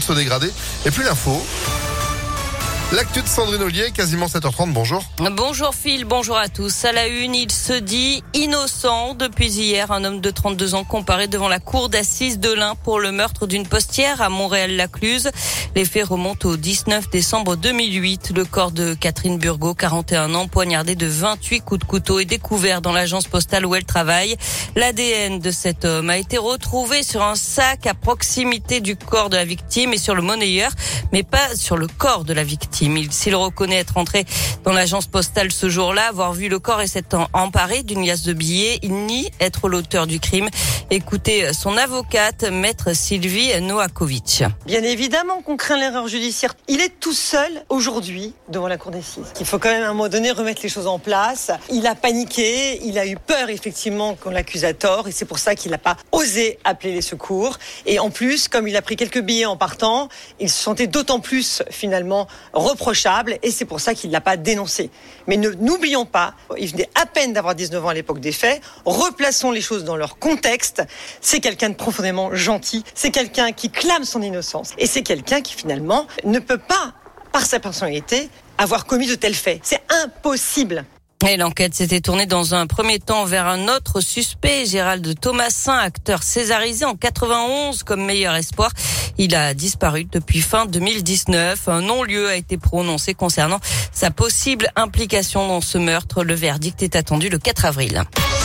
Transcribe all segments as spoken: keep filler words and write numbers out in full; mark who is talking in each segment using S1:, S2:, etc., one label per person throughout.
S1: de se dégrader. Et puis l'info. L'actu de Sandrine Ollier, quasiment sept heures trente, bonjour.
S2: Bonjour Phil, bonjour à tous. À la une, il se dit innocent. Depuis hier, un homme de trente-deux ans comparaît devant la cour d'assises de l'Ain pour le meurtre d'une postière à Montréal-Lacluse. Les faits remontent au dix-neuf décembre deux mille huit. Le corps de Catherine Burgot, quarante et un ans, poignardé de vingt-huit coups de couteau, est découvert dans l'agence postale où elle travaille. L'A D N de cet homme a été retrouvé sur un sac à proximité du corps de la victime et sur le monnayeur, mais pas sur le corps de la victime. S'il reconnaît être entré dans l'agence postale ce jour-là, avoir vu le corps et s'être emparé d'une liasse de billets, il nie être l'auteur du crime. Écoutez son avocate, maître Sylvie Noakovic.
S3: Bien évidemment qu'on craint l'erreur judiciaire. Il est tout seul aujourd'hui devant la cour d'assises. Il faut quand même à un moment donné remettre les choses en place. Il a paniqué, il a eu peur effectivement qu'on l'accuse à tort et c'est pour ça qu'il n'a pas osé appeler les secours. Et en plus, comme il a pris quelques billets en partant, il se sentait d'autant plus finalement reprochable et c'est pour ça qu'il ne l'a pas dénoncé. Mais ne, n'oublions pas, il venait à peine d'avoir dix-neuf ans à l'époque des faits. Replaçons les choses dans leur contexte. C'est quelqu'un de profondément gentil, c'est quelqu'un qui clame son innocence et c'est quelqu'un qui finalement ne peut pas, par sa personnalité, avoir commis de tels faits. C'est impossible.
S2: Et l'enquête s'était tournée dans un premier temps vers un autre suspect, Gérald Thomasin, acteur césarisé en quatre-vingt-onze comme meilleur espoir. Il a disparu depuis fin deux mille dix-neuf. Un non-lieu a été prononcé concernant sa possible implication dans ce meurtre. Le verdict est attendu le quatre avril.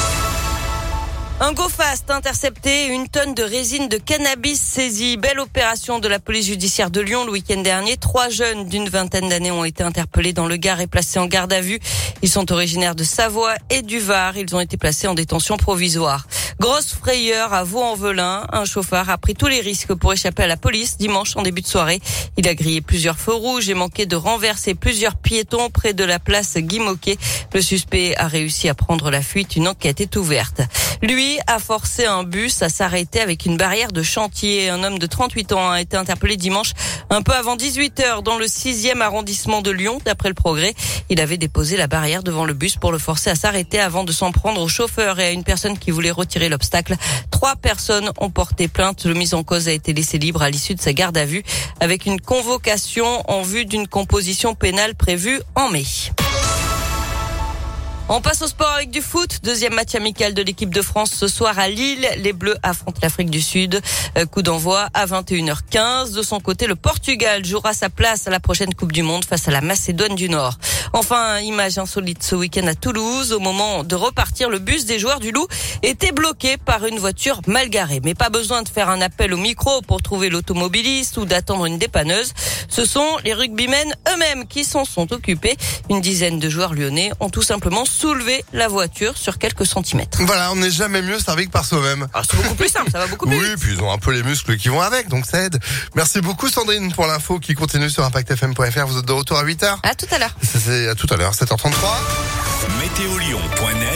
S2: Un go fast intercepté, une tonne de résine de cannabis saisie. Belle opération de la police judiciaire de Lyon le week-end dernier. Trois jeunes d'une vingtaine d'années ont été interpellés dans le Gard et placés en garde à vue. Ils sont originaires de Savoie et du Var. Ils ont été placés en détention provisoire. Grosse frayeur à Vaux-en-Velin. Un chauffeur a pris tous les risques pour échapper à la police dimanche en début de soirée. Il a grillé plusieurs feux rouges et manqué de renverser plusieurs piétons près de la place Guy Moquet. Le suspect a réussi à prendre la fuite. Une enquête est ouverte. Lui a forcé un bus à s'arrêter avec une barrière de chantier. Un homme de trente-huit ans a été interpellé dimanche un peu avant dix-huit heures dans le sixième arrondissement de Lyon. D'après le Progrès, il avait déposé la barrière devant le bus pour le forcer à s'arrêter avant de s'en prendre au chauffeur et à une personne qui voulait retirer l'obstacle. Trois personnes ont porté plainte. Le mis en cause a été laissé libre à l'issue de sa garde à vue avec une convocation en vue d'une composition pénale prévue en mai. On passe au sport avec du foot. Deuxième match amical de l'équipe de France ce soir à Lille. Les Bleus affrontent l'Afrique du Sud. Coup d'envoi à vingt et une heures quinze. De son côté, le Portugal jouera sa place à la prochaine Coupe du Monde face à la Macédoine du Nord. Enfin, image insolite ce week-end à Toulouse. Au moment de repartir, le bus des joueurs du Loup était bloqué par une voiture mal garée. Mais pas besoin de faire un appel au micro pour trouver l'automobiliste ou d'attendre une dépanneuse. Ce sont les rugbymen eux-mêmes qui s'en sont occupés. Une dizaine de joueurs lyonnais ont tout simplement soulever la voiture sur quelques centimètres.
S1: Voilà, on n'est jamais mieux servi que par soi-même.
S2: Alors c'est beaucoup plus simple, ça va beaucoup plus
S1: oui,
S2: vite.
S1: Oui, puis ils ont un peu les muscles qui vont avec, donc ça aide. Merci beaucoup Sandrine pour l'info qui continue sur impact f m point f r. Vous êtes de retour à huit heures.
S2: À tout à l'heure.
S1: C'est à tout à l'heure, sept heures trente-trois.
S4: météo lyon point net